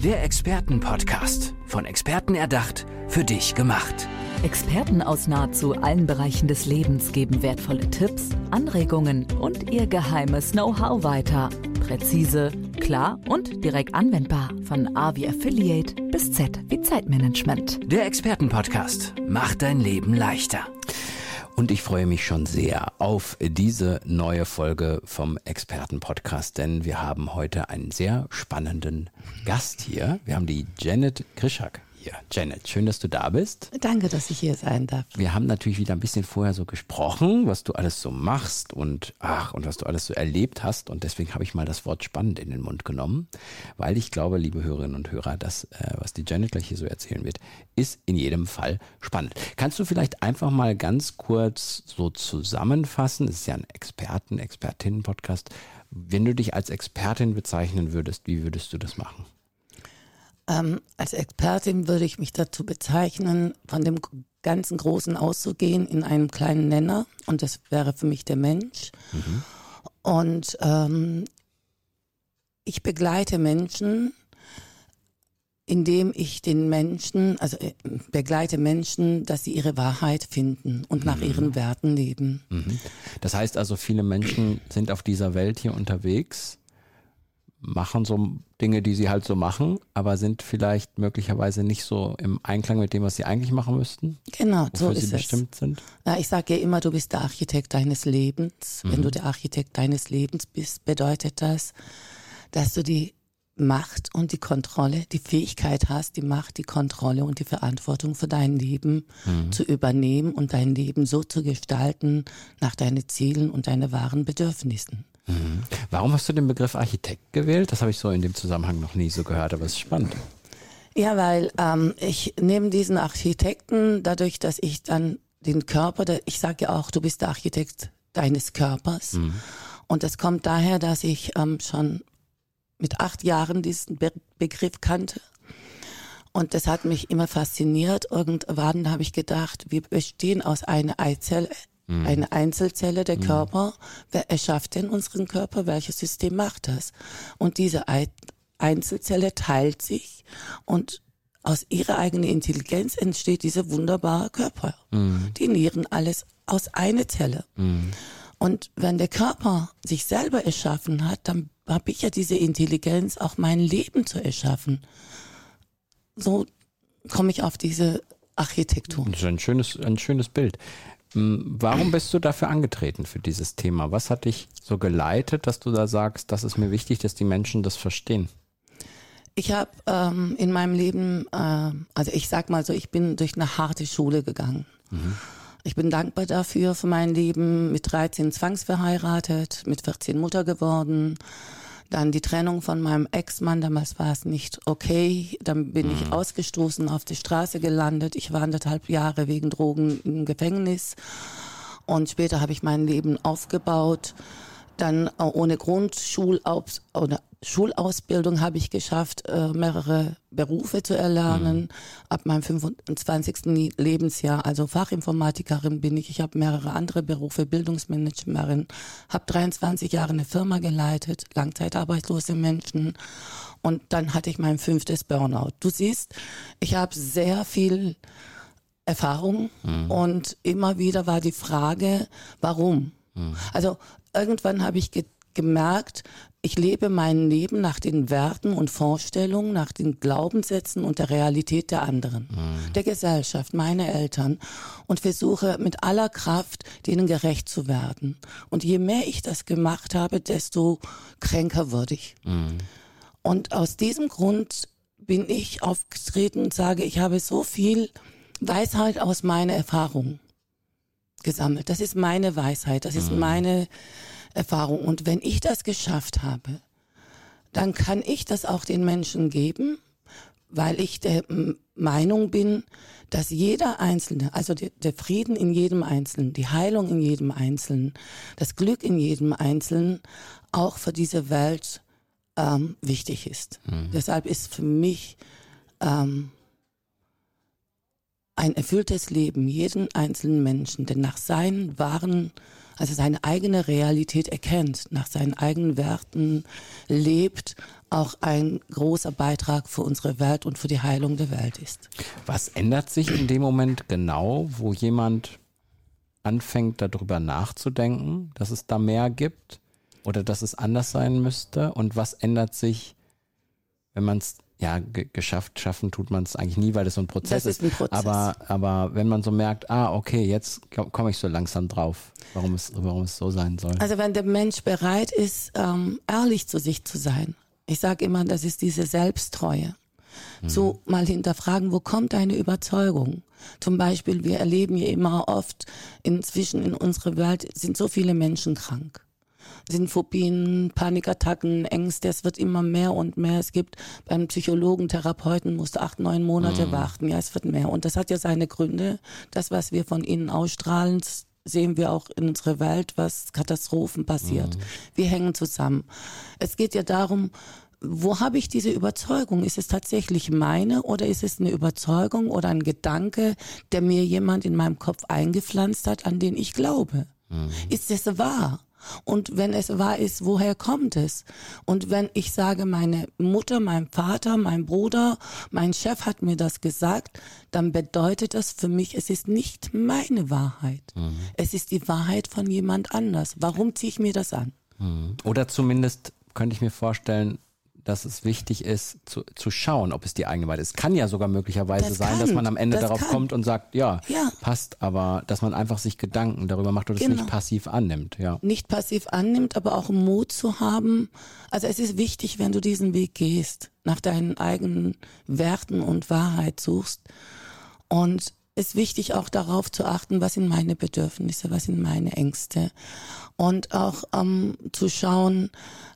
Der Expertenpodcast. Von Experten erdacht, für dich gemacht. Experten aus nahezu allen Bereichen des Lebens geben wertvolle Tipps, Anregungen und ihr geheimes Know-how weiter. Präzise, klar und direkt anwendbar. Von A wie Affiliate bis Z wie Zeitmanagement. Der Expertenpodcast macht dein Leben leichter. Und ich freue mich schon sehr auf diese neue Folge vom Expertenpodcast, denn wir haben heute einen sehr spannenden Gast hier. Wir haben die Janet Grischak hier. Janet, schön, dass du da bist. Danke, dass ich hier sein darf. Wir haben natürlich wieder ein bisschen vorher so gesprochen, was du alles so machst und was du alles so erlebt hast. Und deswegen habe ich mal das Wort spannend in den Mund genommen, weil ich glaube, liebe Hörerinnen und Hörer, das, was die Janet gleich hier so erzählen wird, ist in jedem Fall spannend. Kannst du vielleicht einfach mal ganz kurz so zusammenfassen? Es ist ja ein Expertinnen-Podcast. Wenn du dich als Expertin bezeichnen würdest, wie würdest du das machen? Als Expertin würde ich mich dazu bezeichnen, von dem ganzen Großen auszugehen in einem kleinen Nenner. Und das wäre für mich der Mensch. Mhm. Und ich begleite Menschen, indem ich den Menschen, begleite Menschen, dass sie ihre Wahrheit finden und nach ihren Werten leben. Mhm. Das heißt also, viele Menschen sind auf dieser Welt hier unterwegs, machen so Dinge, die sie halt so machen, aber sind vielleicht möglicherweise nicht so im Einklang mit dem, was sie eigentlich machen müssten. Genau, so ist es. Wofür sie bestimmt sind. Na, ich sage ja immer, du bist der Architekt deines Lebens. Mhm. Wenn du der Architekt deines Lebens bist, bedeutet das, dass du die Macht und die Kontrolle, die Fähigkeit hast, die Macht, die Kontrolle und die Verantwortung für dein Leben zu übernehmen und dein Leben so zu gestalten nach deinen Zielen und deinen wahren Bedürfnissen. Mhm. Warum hast du den Begriff Architekt gewählt? Das habe ich so in dem Zusammenhang noch nie so gehört, aber es ist spannend. Ja, weil ich nehme diesen Architekten dadurch, dass ich dann den Körper, ich sage ja auch, du bist der Architekt deines Körpers. Mhm. Und das kommt daher, dass ich schon mit 8 Jahren diesen Begriff kannte. Und das hat mich immer fasziniert. Irgendwann habe ich gedacht, wir bestehen aus einer Eizelle, eine Einzelzelle der Körper. Wer erschafft denn unseren Körper? Welches System macht das? Und diese Einzelzelle teilt sich und aus ihrer eigenen Intelligenz entsteht dieser wunderbare Körper. Die Nieren, alles aus einer Zelle. Und wenn der Körper sich selber erschaffen hat, dann habe ich ja diese Intelligenz, auch mein Leben zu erschaffen. So komme ich auf diese Architektur. Das ist ein schönes Bild. Warum bist du dafür angetreten für dieses Thema? Was hat dich so geleitet, dass du da sagst, das ist mir wichtig, dass die Menschen das verstehen? Ich habe in meinem Leben, ich sag mal so, ich bin durch eine harte Schule gegangen. Mhm. Ich bin dankbar dafür für mein Leben, mit 13 zwangsverheiratet, mit 14 Mutter geworden. Dann die Trennung von meinem Ex-Mann, damals war es nicht okay. Dann bin ich ausgestoßen, auf die Straße gelandet. Ich war 1,5 Jahre wegen Drogen im Gefängnis. Und später habe ich mein Leben aufgebaut. Dann ohne Schulausbildung habe ich geschafft, mehrere Berufe zu erlernen. Ab meinem 25. Lebensjahr, also Fachinformatikerin bin ich. Ich habe mehrere andere Berufe, Bildungsmanagerin, habe 23 Jahre eine Firma geleitet, langzeitarbeitslose Menschen. Und dann hatte ich mein 5. Burnout. Du siehst, ich habe sehr viel Erfahrung und immer wieder war die Frage, warum? Also irgendwann habe ich gemerkt, ich lebe mein Leben nach den Werten und Vorstellungen, nach den Glaubenssätzen und der Realität der anderen, der Gesellschaft, meine Eltern und versuche mit aller Kraft, denen gerecht zu werden. Und je mehr ich das gemacht habe, desto kränker wurde ich. Und aus diesem Grund bin ich aufgetreten und sage, ich habe so viel Weisheit aus meiner Erfahrung gesammelt. Das ist meine Weisheit, das ist meine Erfahrung. Und wenn ich das geschafft habe, dann kann ich das auch den Menschen geben, weil ich der Meinung bin, dass jeder Einzelne, also der Frieden in jedem Einzelnen, die Heilung in jedem Einzelnen, das Glück in jedem Einzelnen auch für diese Welt wichtig ist. Deshalb ist für mich ein erfülltes Leben jeden einzelnen Menschen, der nach seinen wahren also seine eigene Realität erkennt, nach seinen eigenen Werten lebt, auch ein großer Beitrag für unsere Welt und für die Heilung der Welt ist. Was ändert sich in dem Moment genau, wo jemand anfängt, darüber nachzudenken, dass es da mehr gibt oder dass es anders sein müsste? Und was ändert sich, wenn man es schaffen tut man es eigentlich nie, weil das so ein Prozess ist. Ein Prozess. Aber wenn man so merkt, okay, jetzt komme ich so langsam drauf, warum es so sein soll. Also wenn der Mensch bereit ist, ehrlich zu sich zu sein. Ich sage immer, das ist diese Selbsttreue. So mal hinterfragen, wo kommt deine Überzeugung? Zum Beispiel, wir erleben ja immer oft, inzwischen in unserer Welt sind so viele Menschen krank. Sind Phobien, Panikattacken, Ängste, es wird immer mehr und mehr. Es gibt beim Psychologen, Therapeuten, musst du 8-9 Monate warten. Ja, es wird mehr. Und das hat ja seine Gründe. Das, was wir von innen ausstrahlen, sehen wir auch in unserer Welt, was Katastrophen passiert. Wir hängen zusammen. Es geht ja darum, wo habe ich diese Überzeugung? Ist es tatsächlich meine oder ist es eine Überzeugung oder ein Gedanke, der mir jemand in meinem Kopf eingepflanzt hat, an den ich glaube? Ist es wahr? Und wenn es wahr ist, woher kommt es? Und wenn ich sage, meine Mutter, mein Vater, mein Bruder, mein Chef hat mir das gesagt, dann bedeutet das für mich, es ist nicht meine Wahrheit. Es ist die Wahrheit von jemand anders. Warum ziehe ich mir das an? Oder zumindest könnte ich mir vorstellen, dass es wichtig ist, zu schauen, ob es die eigene Wahrheit ist. Es kann ja sogar möglicherweise sein, dass man am Ende darauf kommt und sagt, ja, passt, aber dass man einfach sich Gedanken darüber macht und es nicht passiv annimmt. Ja. Nicht passiv annimmt, aber auch Mut zu haben. Also es ist wichtig, wenn du diesen Weg gehst, nach deinen eigenen Werten und Wahrheit suchst. Und es ist wichtig auch darauf zu achten, was sind meine Bedürfnisse, was sind meine Ängste. Und auch zu schauen,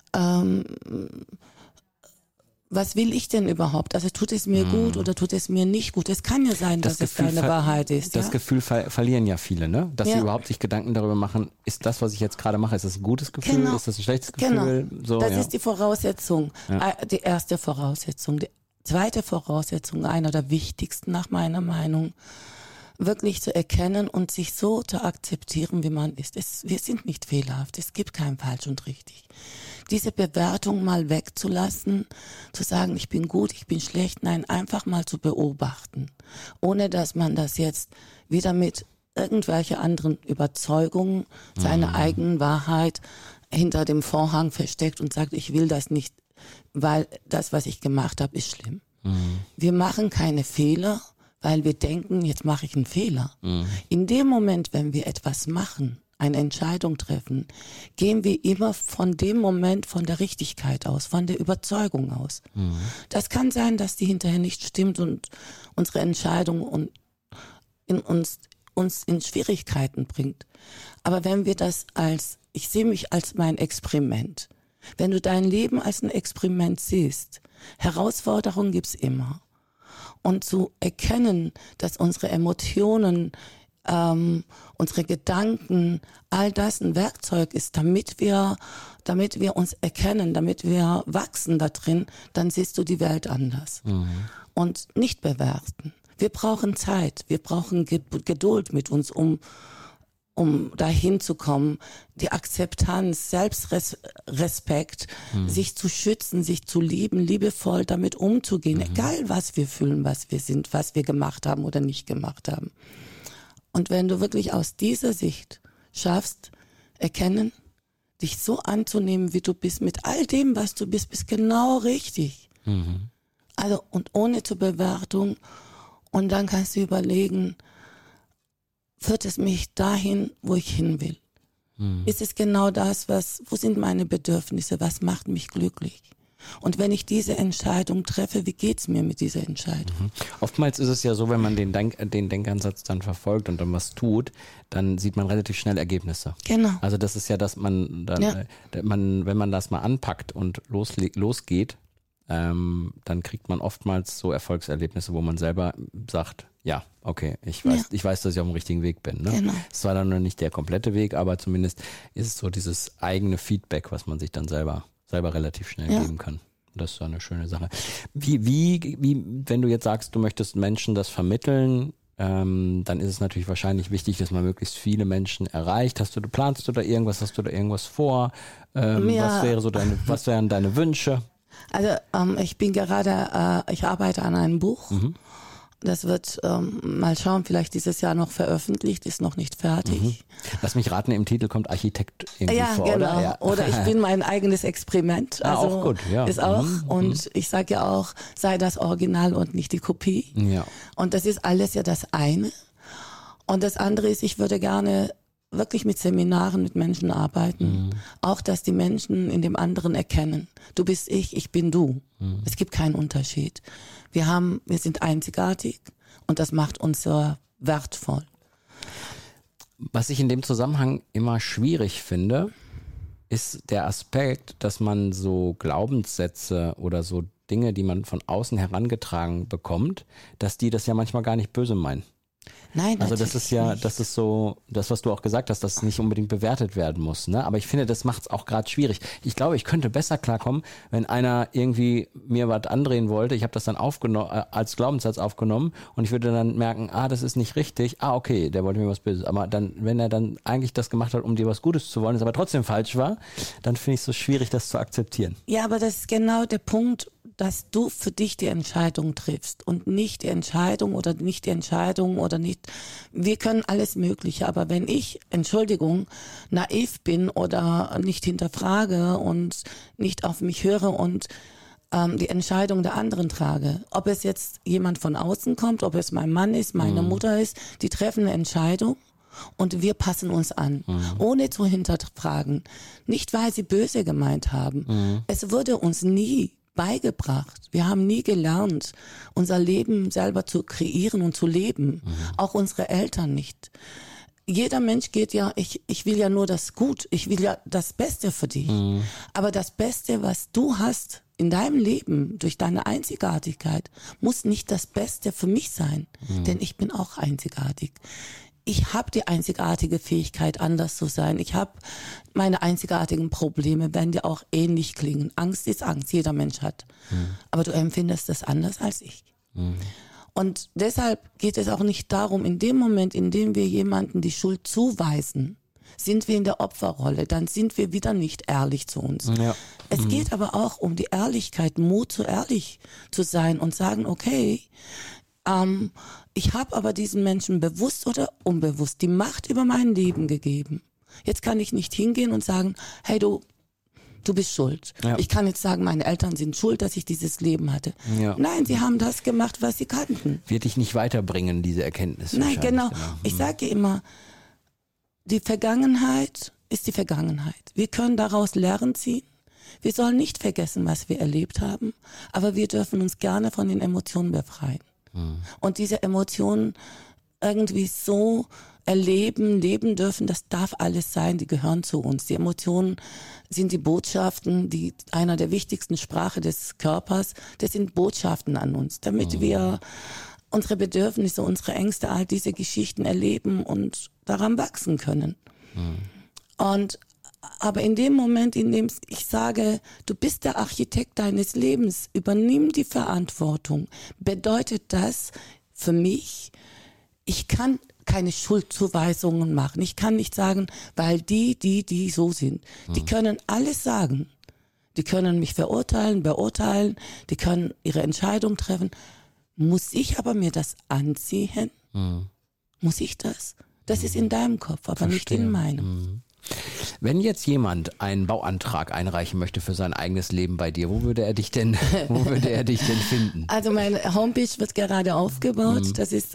was will ich denn überhaupt? Also tut es mir gut oder tut es mir nicht gut? Es kann ja sein, dass es deine Wahrheit ist. Das Gefühl verlieren ja viele, ne? Dass sie überhaupt sich Gedanken darüber machen, ist das, was ich jetzt gerade mache, ist das ein gutes Gefühl, ist das ein schlechtes Gefühl? So, das ist die Voraussetzung, die erste Voraussetzung. Die zweite Voraussetzung, einer der wichtigsten nach meiner Meinung, wirklich zu erkennen und sich so zu akzeptieren, wie man ist. Wir sind nicht fehlerhaft, es gibt kein falsch und richtig. Diese Bewertung mal wegzulassen, zu sagen, ich bin gut, ich bin schlecht, nein, einfach mal zu beobachten, ohne dass man das jetzt wieder mit irgendwelche anderen Überzeugungen, seine eigenen Wahrheit hinter dem Vorhang versteckt und sagt, ich will das nicht, weil das, was ich gemacht habe, ist schlimm. Wir machen keine Fehler, weil wir denken, jetzt mache ich einen Fehler. In dem Moment, wenn wir etwas machen, eine Entscheidung treffen, gehen wir immer von dem Moment, von der Richtigkeit aus, von der Überzeugung aus. Das kann sein, dass die hinterher nicht stimmt und unsere Entscheidung uns in Schwierigkeiten bringt. Aber wenn wir das ich sehe mich als mein Experiment. Wenn du dein Leben als ein Experiment siehst, Herausforderungen gibt's immer. Und zu erkennen, dass unsere Emotionen, unsere Gedanken, all das ein Werkzeug ist, damit wir uns erkennen, damit wir wachsen da drin, dann siehst du die Welt anders. Und nicht bewerten. Wir brauchen Zeit, wir brauchen Geduld mit uns, um dahin zu kommen, die Akzeptanz, Selbstrespekt, sich zu schützen, sich zu lieben, liebevoll damit umzugehen, egal was wir fühlen, was wir sind, was wir gemacht haben oder nicht gemacht haben. Und wenn du wirklich aus dieser Sicht schaffst, erkennen, dich so anzunehmen, wie du bist, mit all dem, was du bist genau richtig. Also, und ohne zur Bewertung. Und dann kannst du überlegen, führt es mich dahin, wo ich hin will? Ist es genau das, wo sind meine Bedürfnisse, was macht mich glücklich? Und wenn ich diese Entscheidung treffe, wie geht's mir mit dieser Entscheidung? Oftmals ist es ja so, wenn man den Denkansatz dann verfolgt und dann was tut, dann sieht man relativ schnell Ergebnisse. Genau. Also das ist ja, dass man dann, wenn man das mal anpackt und losgeht, dann kriegt man oftmals so Erfolgserlebnisse, wo man selber sagt, ja, okay, ich weiß, dass ich auf dem richtigen Weg bin. Ne? Genau. Es war dann noch nicht der komplette Weg, aber zumindest ist es so dieses eigene Feedback, was man sich dann selber relativ schnell geben kann. Das ist so eine schöne Sache. Wie, wenn du jetzt sagst, du möchtest Menschen das vermitteln, dann ist es natürlich wahrscheinlich wichtig, dass man möglichst viele Menschen erreicht. Planst du da irgendwas? Hast du da irgendwas vor? Was wären deine Wünsche? Also ich arbeite an einem Buch. Das wird mal schauen, vielleicht dieses Jahr noch veröffentlicht, ist noch nicht fertig. Lass mich raten, im Titel kommt Architekt irgendwie vor, genau. oder? Ja, oder ich bin mein eigenes Experiment. Also auch gut, ja. Ist auch. Und ich sage ja auch, sei das Original und nicht die Kopie. Ja. Und das ist alles ja das eine. Und das andere ist, ich würde gerne wirklich mit Seminaren mit Menschen arbeiten. Auch, dass die Menschen in dem anderen erkennen. Du bist ich bin du. Es gibt keinen Unterschied. Wir sind einzigartig und das macht uns so wertvoll. Was ich in dem Zusammenhang immer schwierig finde, ist der Aspekt, dass man so Glaubenssätze oder so Dinge, die man von außen herangetragen bekommt, dass die das ja manchmal gar nicht böse meinen. Nein, also das ist so, das, was du auch gesagt hast, dass es nicht unbedingt bewertet werden muss. Ne? Aber ich finde, das macht es auch gerade schwierig. Ich glaube, ich könnte besser klarkommen, wenn einer irgendwie mir was andrehen wollte. Ich habe das dann als Glaubenssatz aufgenommen und ich würde dann merken, das ist nicht richtig. Okay, der wollte mir was Böses. Aber dann, wenn er dann eigentlich das gemacht hat, um dir was Gutes zu wollen, es aber trotzdem falsch war, dann finde ich es so schwierig, das zu akzeptieren. Ja, aber das ist genau der Punkt, dass du für dich die Entscheidung triffst und nicht die Entscheidung oder nicht. Wir können alles Mögliche, aber wenn ich, naiv bin oder nicht hinterfrage und nicht auf mich höre und die Entscheidung der anderen trage, ob es jetzt jemand von außen kommt, ob es mein Mann ist, meine Mutter ist, die treffen eine Entscheidung. Und wir passen uns an, ohne zu hinterfragen. Nicht, weil sie böse gemeint haben. Es wurde uns nie beigebracht. Wir haben nie gelernt, unser Leben selber zu kreieren und zu leben. Auch unsere Eltern nicht. Jeder Mensch geht ja, ich will ja nur das Gut, ich will ja das Beste für dich. Aber das Beste, was du hast in deinem Leben, durch deine Einzigartigkeit, muss nicht das Beste für mich sein. Denn ich bin auch einzigartig. Ich habe die einzigartige Fähigkeit, anders zu sein. Ich habe meine einzigartigen Probleme, werden dir auch ähnlich klingen. Angst ist Angst, jeder Mensch hat. Aber du empfindest das anders als ich. Und deshalb geht es auch nicht darum, in dem Moment, in dem wir jemandem die Schuld zuweisen, sind wir in der Opferrolle, dann sind wir wieder nicht ehrlich zu uns. Ja. Es geht aber auch um die Ehrlichkeit, Mut zu ehrlich zu sein und sagen, okay, ich habe aber diesen Menschen bewusst oder unbewusst die Macht über mein Leben gegeben. Jetzt kann ich nicht hingehen und sagen, hey du bist schuld. Ja. Ich kann jetzt sagen, meine Eltern sind schuld, dass ich dieses Leben hatte. Ja. Nein, sie haben das gemacht, was sie kannten. Wird dich nicht weiterbringen, diese Erkenntnis. Nein, genau. Ich sage immer, die Vergangenheit ist die Vergangenheit. Wir können daraus Lehren ziehen. Wir sollen nicht vergessen, was wir erlebt haben, aber wir dürfen uns gerne von den Emotionen befreien. Und diese Emotionen irgendwie so leben dürfen, das darf alles sein, die gehören zu uns. Die Emotionen sind die Botschaften, die einer der wichtigsten Sprache des Körpers, das sind Botschaften an uns, damit wir unsere Bedürfnisse, unsere Ängste, all diese Geschichten erleben und daran wachsen können. Aber in dem Moment, in dem ich sage, du bist der Architekt deines Lebens, übernimm die Verantwortung, bedeutet das für mich, ich kann keine Schuldzuweisungen machen. Ich kann nicht sagen, weil die so sind. Die können alles sagen. Die können mich beurteilen, die können ihre Entscheidung treffen. Muss ich aber mir das anziehen? Muss ich das? Das ist in deinem Kopf, aber nicht in meinem. Wenn jetzt jemand einen Bauantrag einreichen möchte für sein eigenes Leben bei dir, wo würde er dich denn finden? Also meine Homepage wird gerade aufgebaut. Das ist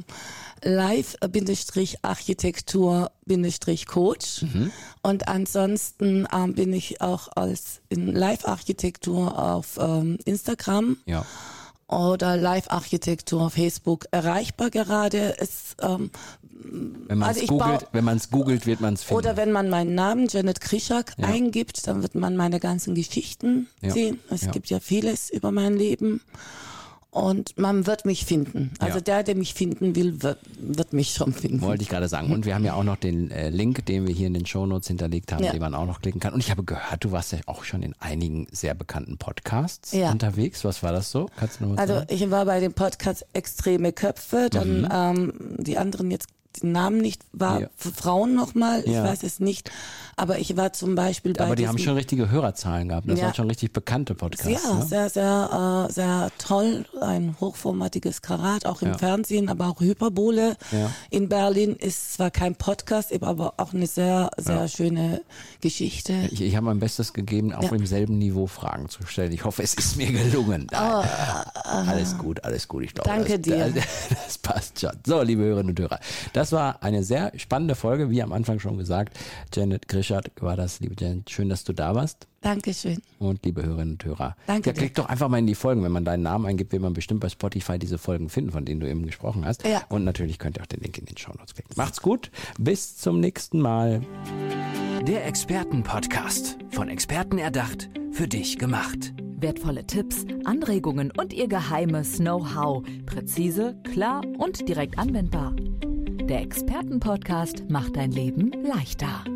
live-architektur-coach. Und ansonsten bin ich auch in Live-Architektur auf Instagram. Ja. Oder Live-Architektur auf Facebook erreichbar gerade. Wenn man es googelt, wird man es finden. Oder wenn man meinen Namen, Janet Krischak, eingibt, dann wird man meine ganzen Geschichten sehen. Es gibt ja vieles über mein Leben. Und man wird mich finden. Also der mich finden will, wird mich schon finden. Wollte ich gerade sagen. Und wir haben ja auch noch den Link, den wir hier in den Shownotes hinterlegt haben, den man auch noch klicken kann. Und ich habe gehört, du warst ja auch schon in einigen sehr bekannten Podcasts unterwegs. Was war das so? Kannst du noch was sagen? Ich war bei dem Podcast Extreme Köpfe, dann die anderen jetzt den Namen nicht, war für Frauen nochmal, ich weiß es nicht, aber ich war zum Beispiel bei aber die haben schon richtige Hörerzahlen gehabt, das waren schon richtig bekannte Podcasts. Ja, ne? sehr, sehr, sehr toll, ein hochformatiges Karat, auch im Fernsehen, aber auch Hyperbole in Berlin ist zwar kein Podcast, aber auch eine sehr, sehr schöne Geschichte. Ich habe mein Bestes gegeben, auf demselben Niveau Fragen zu stellen. Ich hoffe, es ist mir gelungen. Alles gut, ich glaube. Danke dir. Das passt schon. So, liebe Hörerinnen und Hörer, das war eine sehr spannende Folge, wie am Anfang schon gesagt. Janet Grischardt war das, liebe Janet. Schön, dass du da warst. Dankeschön. Und liebe Hörerinnen und Hörer. Danke. Ja, klick doch einfach mal in die Folgen. Wenn man deinen Namen eingibt, wird man bestimmt bei Spotify diese Folgen finden, von denen du eben gesprochen hast. Ja. Und natürlich könnt ihr auch den Link in den Shownotes klicken. Macht's gut. Bis zum nächsten Mal. Der Expertenpodcast. Von Experten erdacht, für dich gemacht. Wertvolle Tipps, Anregungen und ihr geheimes Know-how. Präzise, klar und direkt anwendbar. Der Expertenpodcast macht dein Leben leichter.